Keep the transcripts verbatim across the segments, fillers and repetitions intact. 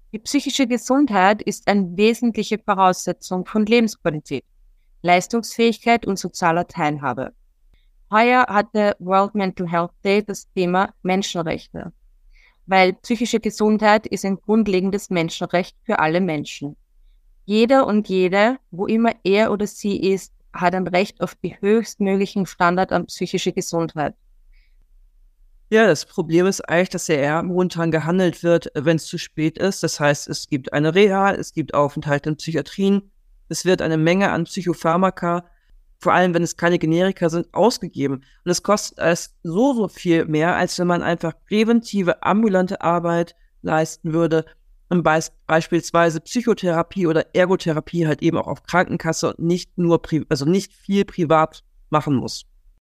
Die psychische Gesundheit ist eine wesentliche Voraussetzung von Lebensqualität, Leistungsfähigkeit und sozialer Teilhabe. Heuer hatte World Mental Health Day das Thema Menschenrechte, weil psychische Gesundheit ist ein grundlegendes Menschenrecht für alle Menschen. Jeder und jede, wo immer er oder sie ist, hat ein Recht auf die höchstmöglichen Standard an psychischer Gesundheit. Ja, das Problem ist eigentlich, dass ja eher momentan gehandelt wird, wenn es zu spät ist. Das heißt, es gibt eine Reha, es gibt Aufenthalte in Psychiatrien, es wird eine Menge an Psychopharmaka, vor allem wenn es keine Generika sind, ausgegeben. Und es kostet alles so, so viel mehr, als wenn man einfach präventive, ambulante Arbeit leisten würde und beis- beispielsweise Psychotherapie oder Ergotherapie halt eben auch auf Krankenkasse und nicht nur, pri- also nicht viel privat machen muss.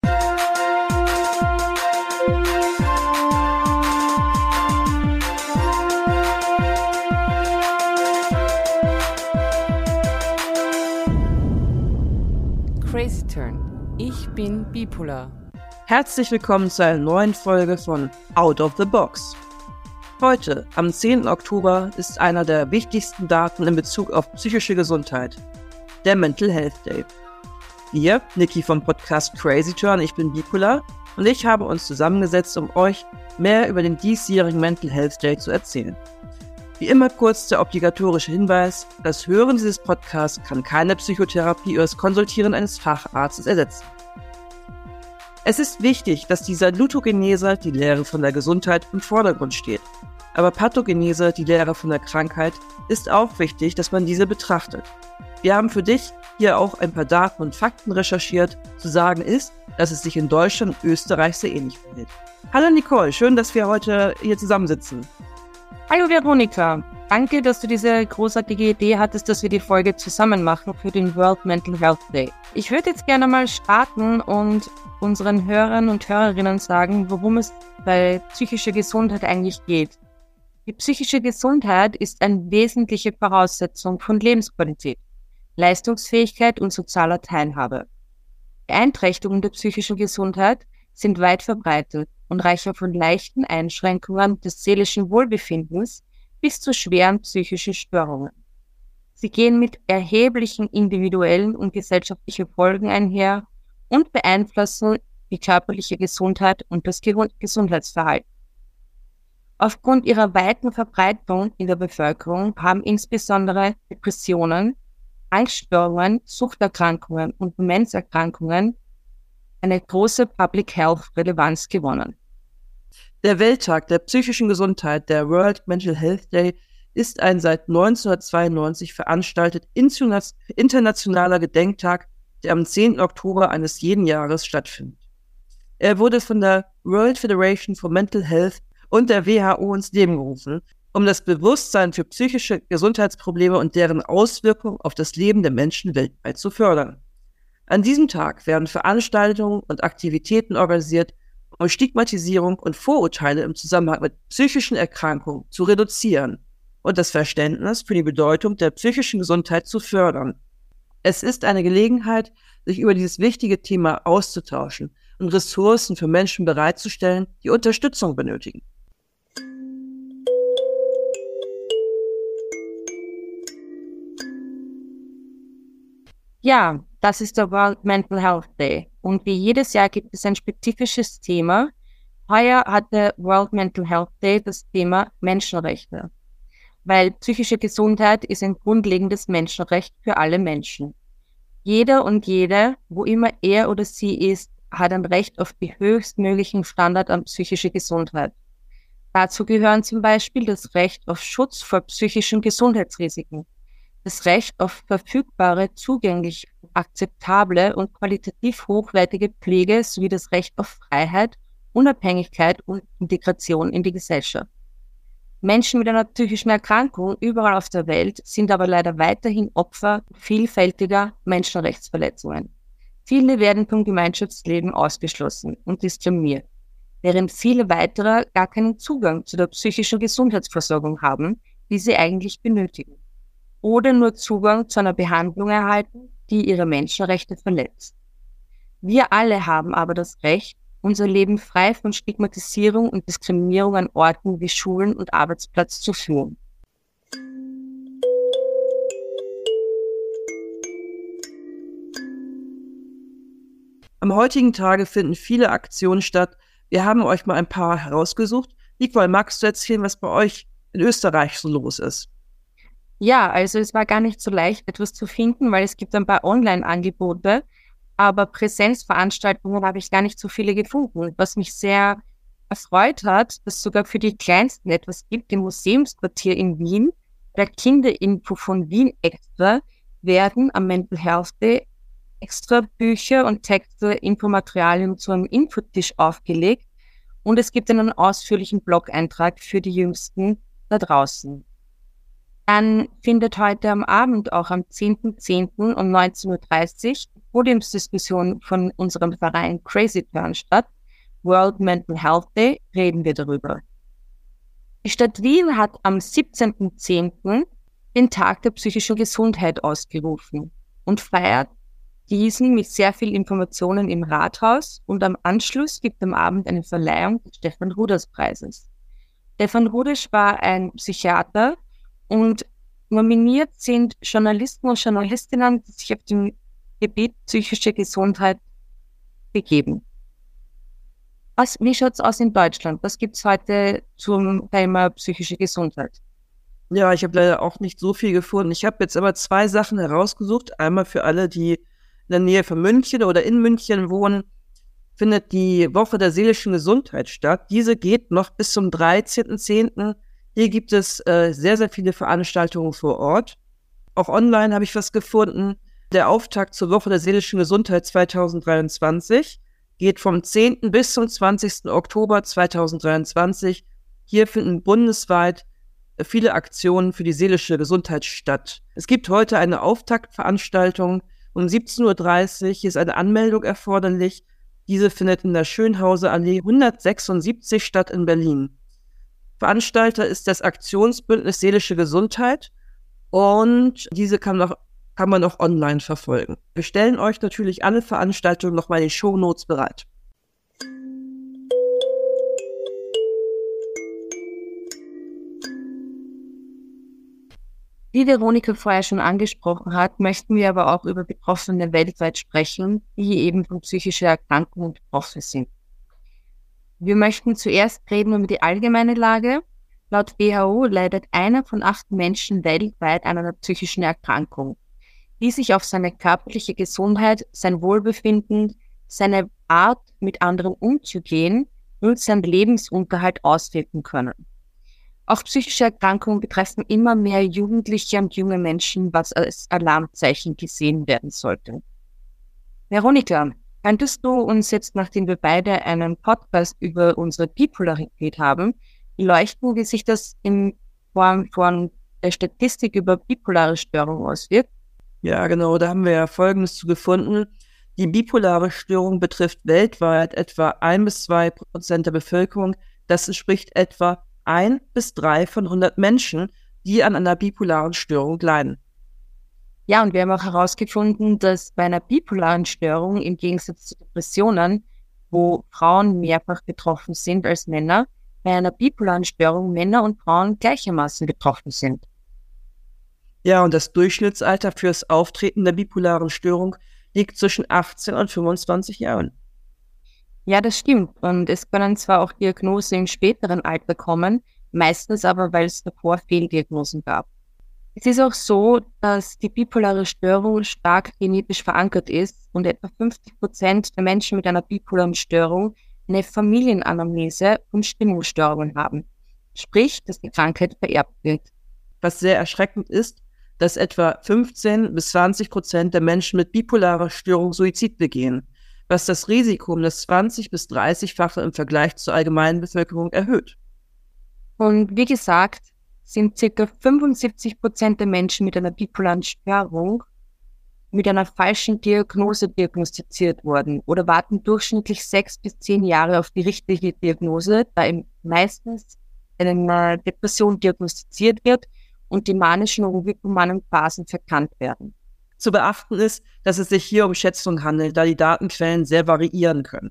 Crazy Turn. Ich bin bipolar. Herzlich willkommen zu einer neuen Folge von Out of the Box. Heute, am zehnten Oktober, ist einer der wichtigsten Daten in Bezug auf psychische Gesundheit, der Mental Health Day. Wir, Niki vom Podcast Crazy Turn, ich bin bipolar und ich habe uns zusammengesetzt, um euch mehr über den diesjährigen Mental Health Day zu erzählen. Wie immer kurz der obligatorische Hinweis: Das Hören dieses Podcasts kann keine Psychotherapie oder das Konsultieren eines Facharztes ersetzen. Es ist wichtig, dass dieser Lutogenese, die Lehre von der Gesundheit, im Vordergrund steht. Aber Pathogenese, die Lehre von der Krankheit, ist auch wichtig, dass man diese betrachtet. Wir haben für dich hier auch ein paar Daten und Fakten recherchiert. Zu sagen ist, dass es sich in Deutschland und Österreich sehr ähnlich verhält. Hallo Nicole, schön, dass wir heute hier zusammensitzen. Hallo Veronika, danke, dass du diese großartige Idee hattest, dass wir die Folge zusammen machen für den World Mental Health Day. Ich würde jetzt gerne mal starten und unseren Hörern und Hörerinnen sagen, worum es bei psychischer Gesundheit eigentlich geht. Die psychische Gesundheit ist eine wesentliche Voraussetzung von Lebensqualität, Leistungsfähigkeit und sozialer Teilhabe. Beeinträchtigungen der psychischen Gesundheit sind weit verbreitet und reichen von leichten Einschränkungen des seelischen Wohlbefindens bis zu schweren psychischen Störungen. Sie gehen mit erheblichen individuellen und gesellschaftlichen Folgen einher und beeinflussen die körperliche Gesundheit und das Ge- Gesundheitsverhalten. Aufgrund ihrer weiten Verbreitung in der Bevölkerung haben insbesondere Depressionen, Angststörungen, Suchterkrankungen und Demenzerkrankungen eine große Public Health Relevanz gewonnen. Der Welttag der psychischen Gesundheit, der World Mental Health Day, ist ein seit neunzehnhundertzweiundneunzig veranstaltet internationaler Gedenktag, der am zehnten Oktober eines jeden Jahres stattfindet. Er wurde von der World Federation for Mental Health und der W H O ins Leben gerufen, um das Bewusstsein für psychische Gesundheitsprobleme und deren Auswirkungen auf das Leben der Menschen weltweit zu fördern. An diesem Tag werden Veranstaltungen und Aktivitäten organisiert, um Stigmatisierung und Vorurteile im Zusammenhang mit psychischen Erkrankungen zu reduzieren und das Verständnis für die Bedeutung der psychischen Gesundheit zu fördern. Es ist eine Gelegenheit, sich über dieses wichtige Thema auszutauschen und Ressourcen für Menschen bereitzustellen, die Unterstützung benötigen. Ja, das ist der World Mental Health Day und wie jedes Jahr gibt es ein spezifisches Thema. Heuer hatte World Mental Health Day das Thema Menschenrechte, weil psychische Gesundheit ist ein grundlegendes Menschenrecht für alle Menschen. Jeder und jede, wo immer er oder sie ist, hat ein Recht auf die höchstmöglichen Standard an psychischer Gesundheit. Dazu gehören zum Beispiel das Recht auf Schutz vor psychischen Gesundheitsrisiken, das Recht auf verfügbare, zugängliche, akzeptable und qualitativ hochwertige Pflege sowie das Recht auf Freiheit, Unabhängigkeit und Integration in die Gesellschaft. Menschen mit einer psychischen Erkrankung überall auf der Welt sind aber leider weiterhin Opfer vielfältiger Menschenrechtsverletzungen. Viele werden vom Gemeinschaftsleben ausgeschlossen und diskriminiert, während viele weitere gar keinen Zugang zu der psychischen Gesundheitsversorgung haben, die sie eigentlich benötigen, oder nur Zugang zu einer Behandlung erhalten, die ihre Menschenrechte verletzt. Wir alle haben aber das Recht, unser Leben frei von Stigmatisierung und Diskriminierung an Orten wie Schulen und Arbeitsplatz zu führen. Am heutigen Tage finden viele Aktionen statt. Wir haben euch mal ein paar herausgesucht. Nicole, magst du erzählen, was bei euch in Österreich so los ist? Ja, also es war gar nicht so leicht, etwas zu finden, weil es gibt ein paar Online-Angebote, aber Präsenzveranstaltungen habe ich gar nicht so viele gefunden, was mich sehr erfreut hat, dass sogar für die Kleinsten etwas gibt. Im Museumsquartier in Wien, der Kinderinfo von Wien Extra, werden am Mental Health Day extra Bücher und Texte, Infomaterialien zu einem Infotisch aufgelegt und es gibt einen ausführlichen Blog-Eintrag für die Jüngsten da draußen. Dann findet heute am Abend, auch am zehnten zehnten um neunzehn Uhr dreißig, die Podiumsdiskussion von unserem Verein Crazy Turn statt. World Mental Health Day, reden wir darüber. Die Stadt Wien hat am siebzehnten zehnten den Tag der psychischen Gesundheit ausgerufen und feiert diesen mit sehr viel Informationen im Rathaus und am Anschluss gibt am Abend eine Verleihung des Stefan Ruders Preises. Stefan Ruders war ein Psychiater und nominiert sind Journalisten und Journalistinnen, die sich auf dem Gebiet psychische Gesundheit begeben. Was, wie schaut es aus in Deutschland? Was gibt es heute zum Thema psychische Gesundheit? Ja, ich habe leider auch nicht so viel gefunden. Ich habe jetzt aber zwei Sachen herausgesucht. Einmal für alle, die in der Nähe von München oder in München wohnen, findet die Woche der seelischen Gesundheit statt. Diese geht noch bis zum dreizehnten zehnten Hier gibt es äh, sehr, sehr viele Veranstaltungen vor Ort. Auch online habe ich was gefunden. Der Auftakt zur Woche der seelischen Gesundheit zweitausenddreiundzwanzig geht vom zehnten bis zum zwanzigsten Oktober zweitausenddreiundzwanzig. Hier finden bundesweit viele Aktionen für die seelische Gesundheit statt. Es gibt heute eine Auftaktveranstaltung um siebzehn Uhr dreißig. Hier ist eine Anmeldung erforderlich. Diese findet in der Schönhauser Allee hundertsechsundsiebzig statt in Berlin. Veranstalter ist das Aktionsbündnis Seelische Gesundheit und diese kann, noch, kann man auch online verfolgen. Wir stellen euch natürlich alle Veranstaltungen nochmal in den Shownotes bereit. Wie Veronika vorher schon angesprochen hat, möchten wir aber auch über Betroffene weltweit sprechen, die eben von psychischer Erkrankung betroffen sind. Wir möchten zuerst reden über die allgemeine Lage. Laut W H O leidet einer von acht Menschen weltweit an einer psychischen Erkrankung, die sich auf seine körperliche Gesundheit, sein Wohlbefinden, seine Art, mit anderen umzugehen und seinen Lebensunterhalt auswirken können. Auch psychische Erkrankungen betreffen immer mehr Jugendliche und junge Menschen, was als Alarmzeichen gesehen werden sollte. Veronika, könntest du uns jetzt, nachdem wir beide einen Podcast über unsere Bipolarität haben, beleuchten, wie sich das in Form von der Statistik über bipolare Störung auswirkt? Ja, genau, da haben wir ja Folgendes zu gefunden. Die bipolare Störung betrifft weltweit etwa ein bis zwei Prozent der Bevölkerung. Das entspricht etwa ein bis drei von hundert Menschen, die an einer bipolaren Störung leiden. Ja, und wir haben auch herausgefunden, dass bei einer bipolaren Störung im Gegensatz zu Depressionen, wo Frauen mehrfach betroffen sind als Männer, bei einer bipolaren Störung Männer und Frauen gleichermaßen betroffen sind. Ja, und das Durchschnittsalter fürs Auftreten der bipolaren Störung liegt zwischen achtzehn und fünfundzwanzig Jahren. Ja, das stimmt. Und es können zwar auch Diagnosen im späteren Alter kommen, meistens aber, weil es davor Fehldiagnosen gab. Es ist auch so, dass die bipolare Störung stark genetisch verankert ist und etwa fünfzig Prozent der Menschen mit einer bipolaren Störung eine Familienanamnese und Stimmungsstörungen haben. Sprich, dass die Krankheit vererbt wird. Was sehr erschreckend ist, dass etwa fünfzehn bis zwanzig Prozent der Menschen mit bipolarer Störung Suizid begehen, was das Risiko um das zwanzig- bis dreißig-fache im Vergleich zur allgemeinen Bevölkerung erhöht. Und wie gesagt, sind ca. fünfundsiebzig Prozent der Menschen mit einer bipolaren Störung mit einer falschen Diagnose diagnostiziert worden oder warten durchschnittlich sechs bis zehn Jahre auf die richtige Diagnose, da eben meistens eine Depression diagnostiziert wird und die manischen und hypomanen Phasen verkannt werden. Zu beachten ist, dass es sich hier um Schätzungen handelt, da die Datenquellen sehr variieren können.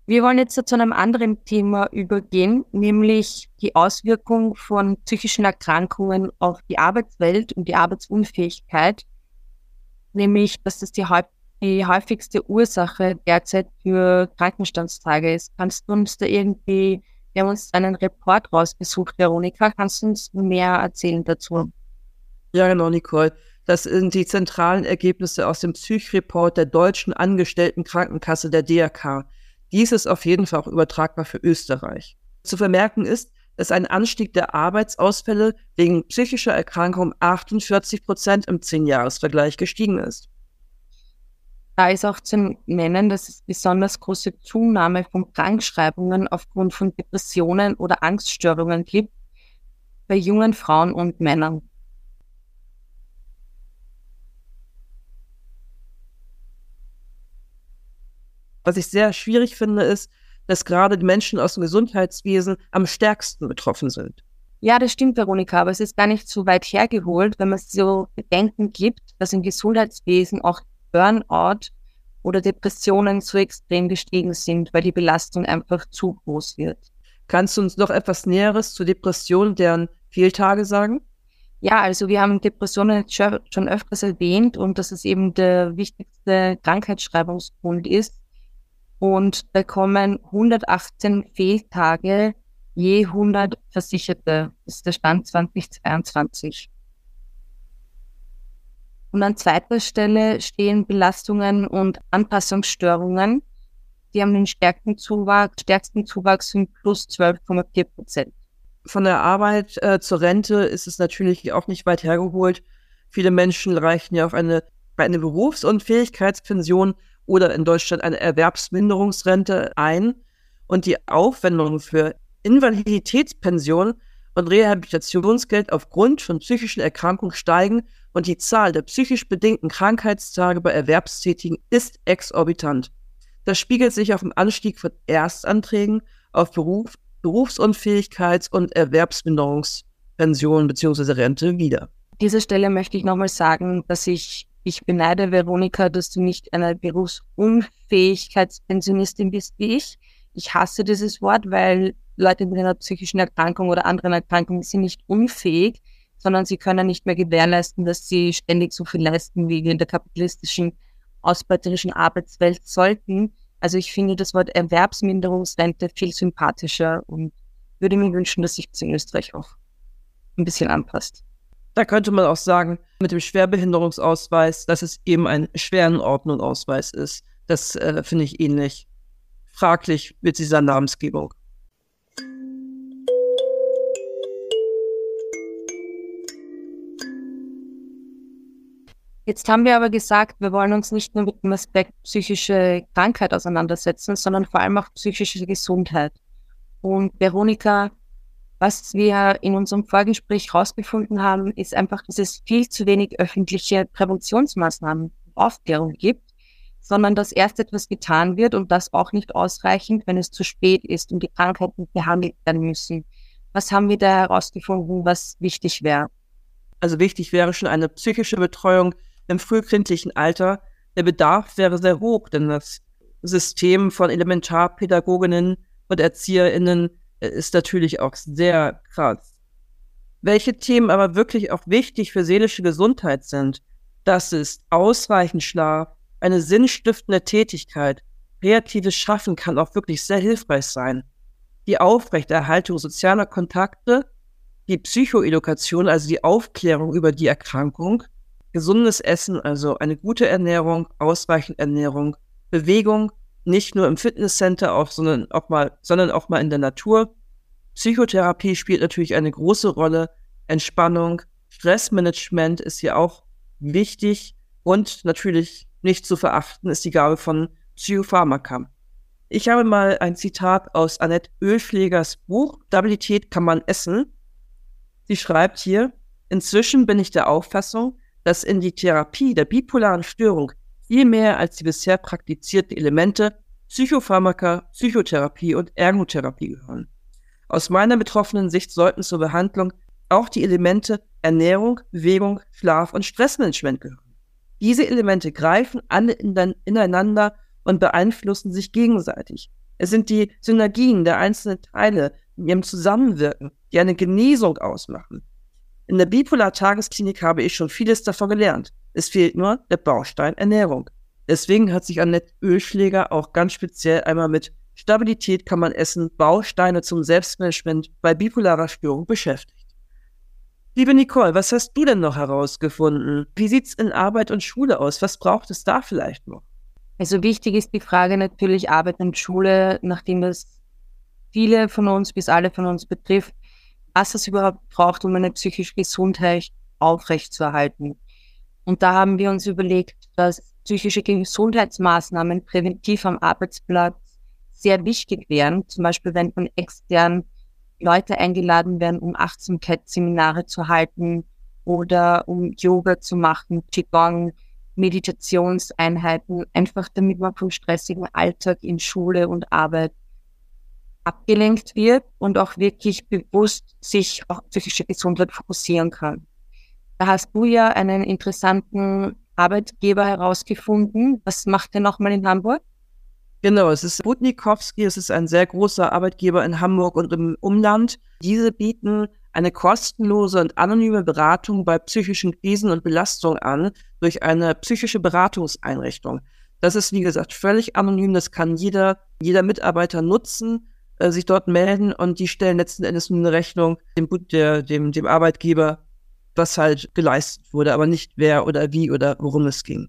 Wir wollen jetzt zu einem anderen Thema übergehen, nämlich die Auswirkung von psychischen Erkrankungen auf die Arbeitswelt und die Arbeitsunfähigkeit, nämlich, dass das die, häu- die häufigste Ursache derzeit für Krankenstandstage ist. Kannst du uns da irgendwie, wir haben uns einen Report rausgesucht, Veronika, kannst du uns mehr erzählen dazu? Ja, genau, Nicole. Das sind die zentralen Ergebnisse aus dem Psychreport der Deutschen Angestellten-Krankenkasse, der D R K. Dies ist auf jeden Fall auch übertragbar für Österreich. Zu vermerken ist, dass ein Anstieg der Arbeitsausfälle wegen psychischer Erkrankung um achtundvierzig Prozent im Zehn-Jahres-Vergleich gestiegen ist. Da ist auch zu nennen, dass es besonders große Zunahme von Krankschreibungen aufgrund von Depressionen oder Angststörungen gibt bei jungen Frauen und Männern. Was ich sehr schwierig finde, ist, dass gerade die Menschen aus dem Gesundheitswesen am stärksten betroffen sind. Ja, das stimmt, Veronika, aber es ist gar nicht so weit hergeholt, wenn man so Bedenken gibt, dass im Gesundheitswesen auch Burnout oder Depressionen so extrem gestiegen sind, weil die Belastung einfach zu groß wird. Kannst du uns noch etwas Näheres zur Depression, deren Fehltage sagen? Ja, also wir haben Depressionen jetzt schon schon öfters erwähnt und dass es eben der wichtigste Krankheitsschreibungsgrund ist. Und da kommen hundertachtzehn Fehltage je hundert Versicherte. Das ist der Stand zweitausendzweiundzwanzig. Und an zweiter Stelle stehen Belastungen und Anpassungsstörungen. Die haben den stärksten Zuwachs, stärksten Zuwachs von plus zwölf Komma vier Prozent. Von der Arbeit äh, zur Rente ist es natürlich auch nicht weit hergeholt. Viele Menschen reichen ja auf eine, eine Berufsunfähigkeitspension oder in Deutschland eine Erwerbsminderungsrente ein. Und die Aufwendungen für Invaliditätspension und Rehabilitationsgeld aufgrund von psychischen Erkrankungen steigen und die Zahl der psychisch bedingten Krankheitstage bei Erwerbstätigen ist exorbitant. Das spiegelt sich auf dem Anstieg von Erstanträgen auf Beruf, Berufsunfähigkeits- und Erwerbsminderungspension bzw. Rente wider. An dieser Stelle möchte ich nochmal sagen, dass ich ich beneide, Veronika, dass du nicht eine Berufsunfähigkeitspensionistin bist wie ich. Ich hasse dieses Wort, weil Leute mit einer psychischen Erkrankung oder anderen Erkrankungen sind nicht unfähig, sondern sie können nicht mehr gewährleisten, dass sie ständig so viel leisten, wie wir in der kapitalistischen, ausbeuterischen Arbeitswelt sollten. Also ich finde das Wort Erwerbsminderungsrente viel sympathischer und würde mir wünschen, dass sich das in Österreich auch ein bisschen anpasst. Da könnte man auch sagen, mit dem Schwerbehinderungsausweis, dass es eben ein Schwerenordnungsausweis ist. Das äh, finde ich ähnlich fraglich mit dieser Namensgebung. Jetzt haben wir aber gesagt, wir wollen uns nicht nur mit dem Aspekt psychische Krankheit auseinandersetzen, sondern vor allem auch psychische Gesundheit. Und Veronika, was wir in unserem Vorgespräch herausgefunden haben, ist einfach, dass es viel zu wenig öffentliche Präventionsmaßnahmen und Aufklärung gibt, sondern dass erst etwas getan wird und das auch nicht ausreichend, wenn es zu spät ist und die Krankheiten behandelt werden müssen. Was haben wir da herausgefunden, was wichtig wäre? Also wichtig wäre schon eine psychische Betreuung im frühkindlichen Alter. Der Bedarf wäre sehr hoch, denn das System von Elementarpädagoginnen und ErzieherInnen ist natürlich auch sehr krass. Welche Themen aber wirklich auch wichtig für seelische Gesundheit sind, das ist ausreichend Schlaf, eine sinnstiftende Tätigkeit. Kreatives Schaffen kann auch wirklich sehr hilfreich sein. Die Aufrechterhaltung sozialer Kontakte, die Psychoedukation, also die Aufklärung über die Erkrankung, gesundes Essen, also eine gute Ernährung, ausreichend Ernährung, Bewegung, nicht nur im Fitnesscenter, auch, sondern, auch mal, sondern auch mal in der Natur. Psychotherapie spielt natürlich eine große Rolle. Entspannung, Stressmanagement ist hier auch wichtig und natürlich nicht zu verachten ist die Gabe von Psychopharmaka. Ich habe mal ein Zitat aus Annette Oehlenschlägers Buch Stabilität kann man essen. Sie schreibt hier: Inzwischen bin ich der Auffassung, dass in die Therapie der bipolaren Störung viel mehr als die bisher praktizierten Elemente Psychopharmaka, Psychotherapie und Ergotherapie gehören. Aus meiner betroffenen Sicht sollten zur Behandlung auch die Elemente Ernährung, Bewegung, Schlaf und Stressmanagement gehören. Diese Elemente greifen alle ineinander und beeinflussen sich gegenseitig. Es sind die Synergien der einzelnen Teile in ihrem Zusammenwirken, die eine Genesung ausmachen. In der Bipolar-Tagesklinik habe ich schon vieles davon gelernt. Es fehlt nur der Baustein Ernährung. Deswegen hat sich Annette Oeschläger auch ganz speziell einmal mit Stabilität kann man essen, Bausteine zum Selbstmanagement bei bipolarer Störung beschäftigt. Liebe Nicole, was hast du denn noch herausgefunden? Wie sieht's in Arbeit und Schule aus? Was braucht es da vielleicht noch? Also wichtig ist die Frage natürlich Arbeit und Schule, nachdem das viele von uns bis alle von uns betrifft, was es überhaupt braucht, um eine psychische Gesundheit aufrechtzuerhalten. Und da haben wir uns überlegt, dass psychische Gesundheitsmaßnahmen präventiv am Arbeitsplatz sehr wichtig wären. Zum Beispiel, wenn von extern Leute eingeladen werden, um Achtsamkeitsseminare zu halten oder um Yoga zu machen, Qigong, Meditationseinheiten, einfach damit man vom stressigen Alltag in Schule und Arbeit abgelenkt wird und auch wirklich bewusst sich auf psychische Gesundheit fokussieren kann. Da hast du ja einen interessanten Arbeitgeber herausgefunden. Was macht der nochmal in Hamburg? Genau, es ist Budnikowski, es ist ein sehr großer Arbeitgeber in Hamburg und im Umland. Diese bieten eine kostenlose und anonyme Beratung bei psychischen Krisen und Belastungen an durch eine psychische Beratungseinrichtung. Das ist, wie gesagt, völlig anonym, das kann jeder, jeder Mitarbeiter nutzen, äh, sich dort melden und die stellen letzten Endes nur eine Rechnung dem, der, dem, dem Arbeitgeber, was halt geleistet wurde, aber nicht wer oder wie oder worum es ging.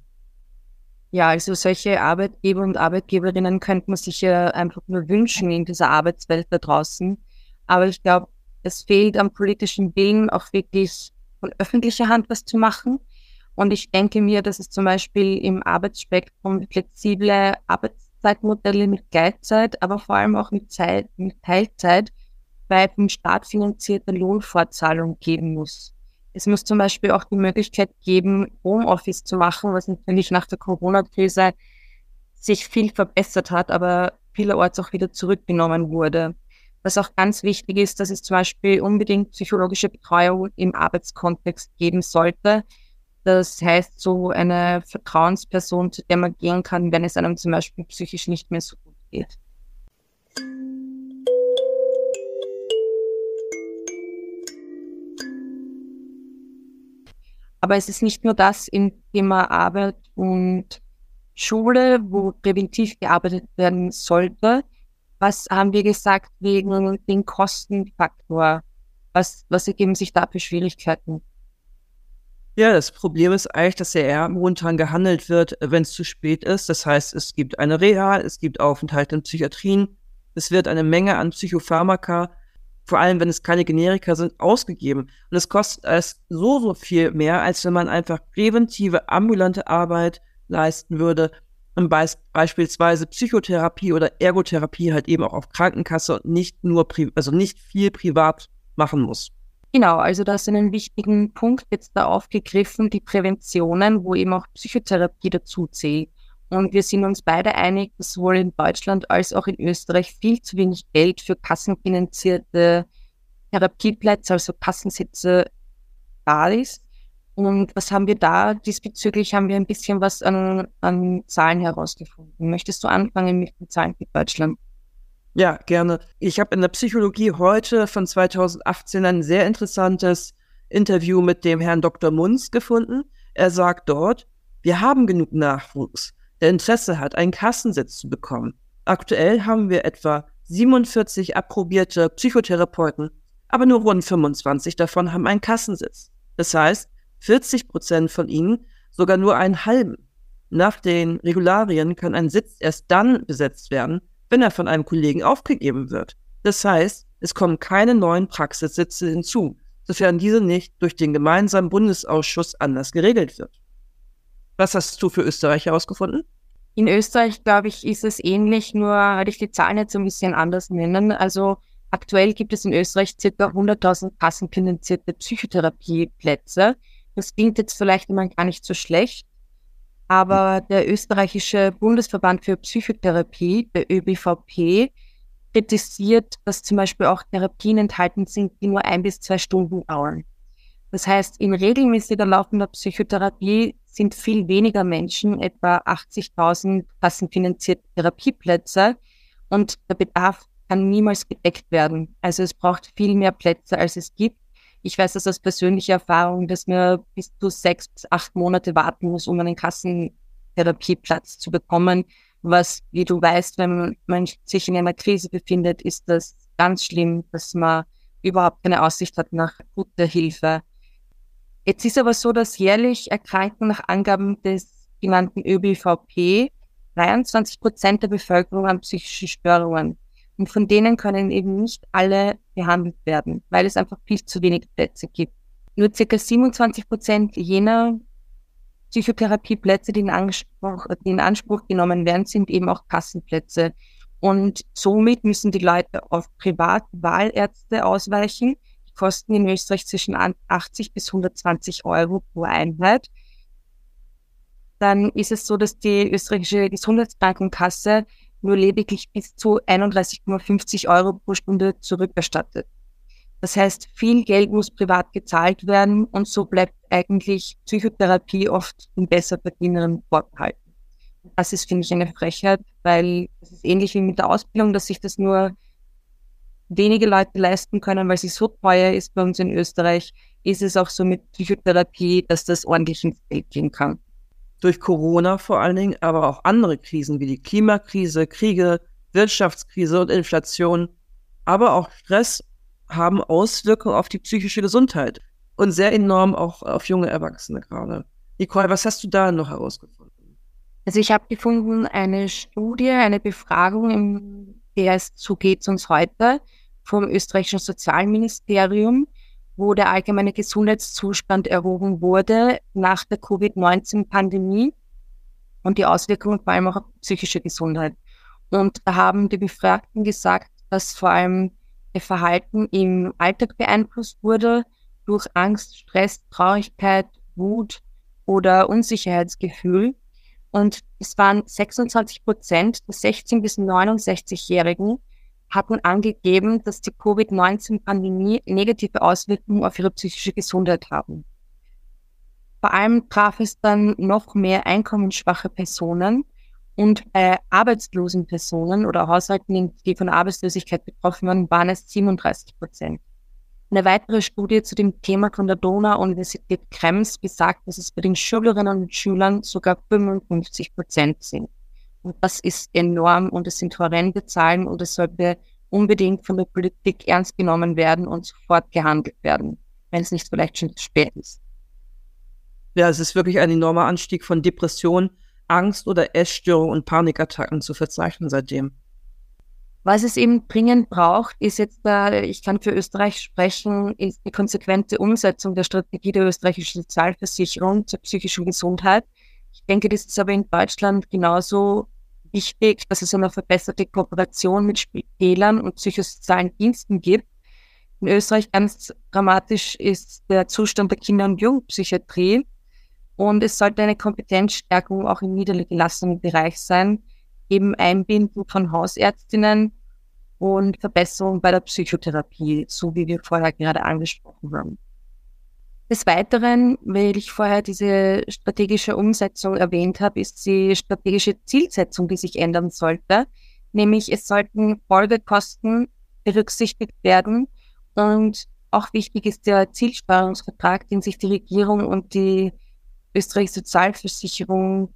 Ja, also solche Arbeitgeber und Arbeitgeberinnen könnte man sich ja einfach nur wünschen in dieser Arbeitswelt da draußen. Aber ich glaube, es fehlt am politischen Willen, auch wirklich von öffentlicher Hand was zu machen. Und ich denke mir, dass es zum Beispiel im Arbeitsspektrum flexible Arbeitszeitmodelle mit Gleitzeit, aber vor allem auch mit Zeit, mit Teilzeit bei vom Staat finanzierter Lohnfortzahlung geben muss. Es muss zum Beispiel auch die Möglichkeit geben, Homeoffice zu machen, was natürlich nach der Corona-Krise sich viel verbessert hat, aber vielerorts auch wieder zurückgenommen wurde. Was auch ganz wichtig ist, dass es zum Beispiel unbedingt psychologische Betreuung im Arbeitskontext geben sollte. Das heißt, so eine Vertrauensperson, zu der man gehen kann, wenn es einem zum Beispiel psychisch nicht mehr so gut geht. Aber es ist nicht nur das im Thema Arbeit und Schule, wo präventiv gearbeitet werden sollte. Was haben wir gesagt wegen dem Kostenfaktor? Was, was ergeben sich da für Schwierigkeiten? Ja, das Problem ist eigentlich, dass ja eher momentan gehandelt wird, wenn es zu spät ist. Das heißt, es gibt eine Reha, es gibt Aufenthalte in Psychiatrien, es wird eine Menge an Psychopharmaka, vor allem wenn es keine Generika sind, ausgegeben. Und es kostet alles so, so viel mehr, als wenn man einfach präventive, ambulante Arbeit leisten würde und be- beispielsweise Psychotherapie oder Ergotherapie halt eben auch auf Krankenkasse und nicht nur, pri- also nicht viel privat machen muss. Genau, also da ist einen wichtigen Punkt jetzt da aufgegriffen, die Präventionen, wo eben auch Psychotherapie dazu zählt. Und wir sind uns beide einig, dass sowohl in Deutschland als auch in Österreich viel zu wenig Geld für kassenfinanzierte Therapieplätze, also Kassensitze, da ist. Und was haben wir da? Diesbezüglich haben wir ein bisschen was an, an Zahlen herausgefunden. Möchtest du anfangen mit den Zahlen für Deutschland? Ja, gerne. Ich habe in der Psychologie heute von zweitausendachtzehn ein sehr interessantes Interview mit dem Herrn Doktor Munz gefunden. Er sagt dort, wir haben genug Nachwuchs, der Interesse hat, einen Kassensitz zu bekommen. Aktuell haben wir etwa siebenundvierzig approbierte Psychotherapeuten, aber nur rund fünfundzwanzig davon haben einen Kassensitz. Das heißt, vierzig Prozent von ihnen sogar nur einen halben. Nach den Regularien kann ein Sitz erst dann besetzt werden, wenn er von einem Kollegen aufgegeben wird. Das heißt, es kommen keine neuen Praxissitze hinzu, sofern diese nicht durch den gemeinsamen Bundesausschuss anders geregelt wird. Was hast du für Österreich herausgefunden? In Österreich, glaube ich, ist es ähnlich, nur werde ich die Zahlen jetzt ein bisschen anders nennen. Also aktuell gibt es in Österreich ca. hunderttausend kassenfinanzierte Psychotherapieplätze. Das klingt jetzt vielleicht immer gar nicht so schlecht, aber der österreichische Bundesverband für Psychotherapie, der Ö B V P, kritisiert, dass zum Beispiel auch Therapien enthalten sind, die nur ein bis zwei Stunden dauern. Das heißt, in regelmäßiger laufender Psychotherapie sind viel weniger Menschen, etwa achtzigtausend kassenfinanzierte Therapieplätze, und der Bedarf kann niemals gedeckt werden. Also es braucht viel mehr Plätze, als es gibt. Ich weiß das aus persönlicher Erfahrung, dass man bis zu sechs bis acht Monate warten muss, um einen Kassentherapieplatz zu bekommen. Was, wie du weißt, wenn man sich in einer Krise befindet, ist das ganz schlimm, dass man überhaupt keine Aussicht hat nach guter Hilfe. Jetzt ist aber so, dass jährlich erkranken nach Angaben des genannten Ö B V P dreiundzwanzig Prozent der Bevölkerung an psychischen Störungen. Und von denen können eben nicht alle behandelt werden, weil es einfach viel zu wenig Plätze gibt. Nur ca. siebenundzwanzig Prozent jener Psychotherapieplätze, die in Anspruch, die in Anspruch genommen werden, sind eben auch Kassenplätze. Und somit müssen die Leute auf Privatwahlärzte ausweichen. Die kosten in Österreich zwischen achtzig bis hundertzwanzig Euro pro Einheit. Dann ist es so, dass die österreichische Gesundheitskrankenkasse nur lediglich bis zu einunddreißig Komma fünfzig Euro pro Stunde zurückerstattet. Das heißt, viel Geld muss privat gezahlt werden und so bleibt eigentlich Psychotherapie oft den Besserverdienern vorbehalten. Das ist, finde ich, eine Frechheit, weil es ist ähnlich wie mit der Ausbildung, dass sich das nur wenige Leute leisten können, weil sie so teuer ist bei uns in Österreich, ist es auch so mit Psychotherapie, dass das ordentlich ins Geld gehen kann. Durch Corona vor allen Dingen, aber auch andere Krisen wie die Klimakrise, Kriege, Wirtschaftskrise und Inflation, aber auch Stress haben Auswirkungen auf die psychische Gesundheit und sehr enorm auch auf junge Erwachsene gerade. Nicole, was hast du da noch herausgefunden? Also ich habe gefunden eine Studie, eine Befragung, im der es So geht's uns heute, vom österreichischen Sozialministerium, wo der allgemeine Gesundheitszustand erhoben wurde nach der Covid neunzehn Pandemie und die Auswirkungen vor allem auch auf psychische Gesundheit. Und da haben die Befragten gesagt, dass vor allem ihr Verhalten im Alltag beeinflusst wurde durch Angst, Stress, Traurigkeit, Wut oder Unsicherheitsgefühl. Und es waren sechsundzwanzig Prozent der sechzehn- bis neunundsechzigjährigen hatten angegeben, dass die Covid neunzehn Pandemie negative Auswirkungen auf ihre psychische Gesundheit haben. Vor allem traf es dann noch mehr einkommensschwache Personen und bei arbeitslosen Personen oder Haushalten, die von Arbeitslosigkeit betroffen waren, waren es siebenunddreißig Prozent. Eine weitere Studie zu dem Thema von der Donau-Universität Krems besagt, dass es bei den Schülerinnen und Schülern sogar fünfundfünfzig Prozent sind. Und das ist enorm und es sind horrende Zahlen und es sollte unbedingt von der Politik ernst genommen werden und sofort gehandelt werden, wenn es nicht vielleicht schon zu spät ist. Ja, es ist wirklich ein enormer Anstieg von Depressionen, Angst- oder Essstörungen und Panikattacken zu verzeichnen seitdem. Was es eben dringend braucht, ist jetzt, äh, ich kann für Österreich sprechen, ist die konsequente Umsetzung der Strategie der österreichischen Sozialversicherung zur psychischen Gesundheit. Ich denke, das ist aber in Deutschland genauso wichtig, dass es eine verbesserte Kooperation mit Spitälern und psychosozialen Diensten gibt. In Österreich ganz dramatisch ist der Zustand der Kinder- und Jugendpsychiatrie und es sollte eine Kompetenzstärkung auch im niedergelassenen Bereich sein, eben Einbinden von Hausärztinnen und Verbesserung bei der Psychotherapie, so wie wir vorher gerade angesprochen haben. Des Weiteren, weil ich vorher diese strategische Umsetzung erwähnt habe, ist die strategische Zielsetzung, die sich ändern sollte. Nämlich es sollten Folgekosten berücksichtigt werden und auch wichtig ist der Zielsteuerungsvertrag, den sich die Regierung und die österreichische Sozialversicherung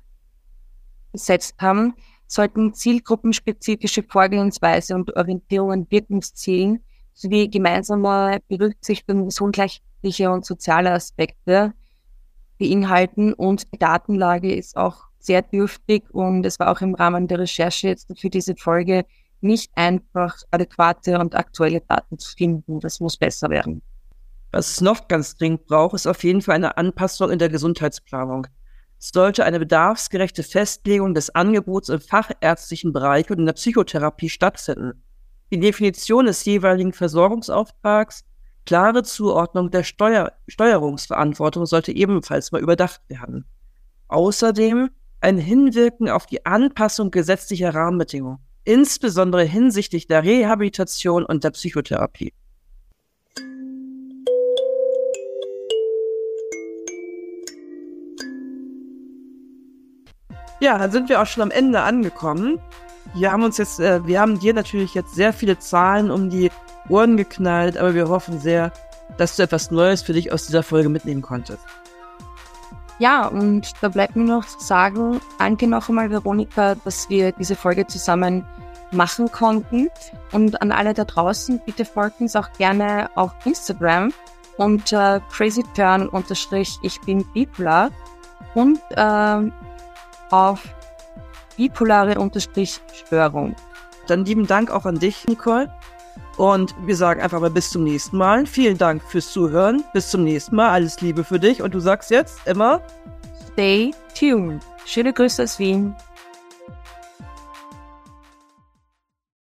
gesetzt haben, sollten zielgruppenspezifische Vorgehensweise und Orientierung an Wirkungszielen sowie gemeinsame Berücksichtigung gesundheitlicher und sozialer Aspekte beinhalten und die Datenlage ist auch sehr dürftig und es war auch im Rahmen der Recherche jetzt für diese Folge nicht einfach adäquate und aktuelle Daten zu finden. Das muss besser werden. Was es noch ganz dringend braucht, ist auf jeden Fall eine Anpassung in der Gesundheitsplanung. Es sollte eine bedarfsgerechte Festlegung des Angebots im fachärztlichen Bereich und in der Psychotherapie stattfinden. Die Definition des jeweiligen Versorgungsauftrags, klare Zuordnung der Steuer- Steuerungsverantwortung sollte ebenfalls mal überdacht werden. Außerdem ein Hinwirken auf die Anpassung gesetzlicher Rahmenbedingungen, insbesondere hinsichtlich der Rehabilitation und der Psychotherapie. Ja, dann sind wir auch schon am Ende angekommen. Wir haben uns jetzt, äh, wir haben dir natürlich jetzt sehr viele Zahlen um die Ohren geknallt, aber wir hoffen sehr, dass du etwas Neues für dich aus dieser Folge mitnehmen konntest. Ja, und da bleibt mir noch zu sagen, danke noch einmal, Veronika, dass wir diese Folge zusammen machen konnten. Und an alle da draußen, bitte folgt uns auch gerne auf Instagram unter crazyturn unterstrich ich bin bipolar und ähm, auf bipolare unterstrich Störung. Dann lieben Dank auch an dich, Nicole. Und wir sagen einfach mal bis zum nächsten Mal. Vielen Dank fürs Zuhören. Bis zum nächsten Mal. Alles Liebe für dich. Und du sagst jetzt immer: Stay tuned. Schöne Grüße aus Wien.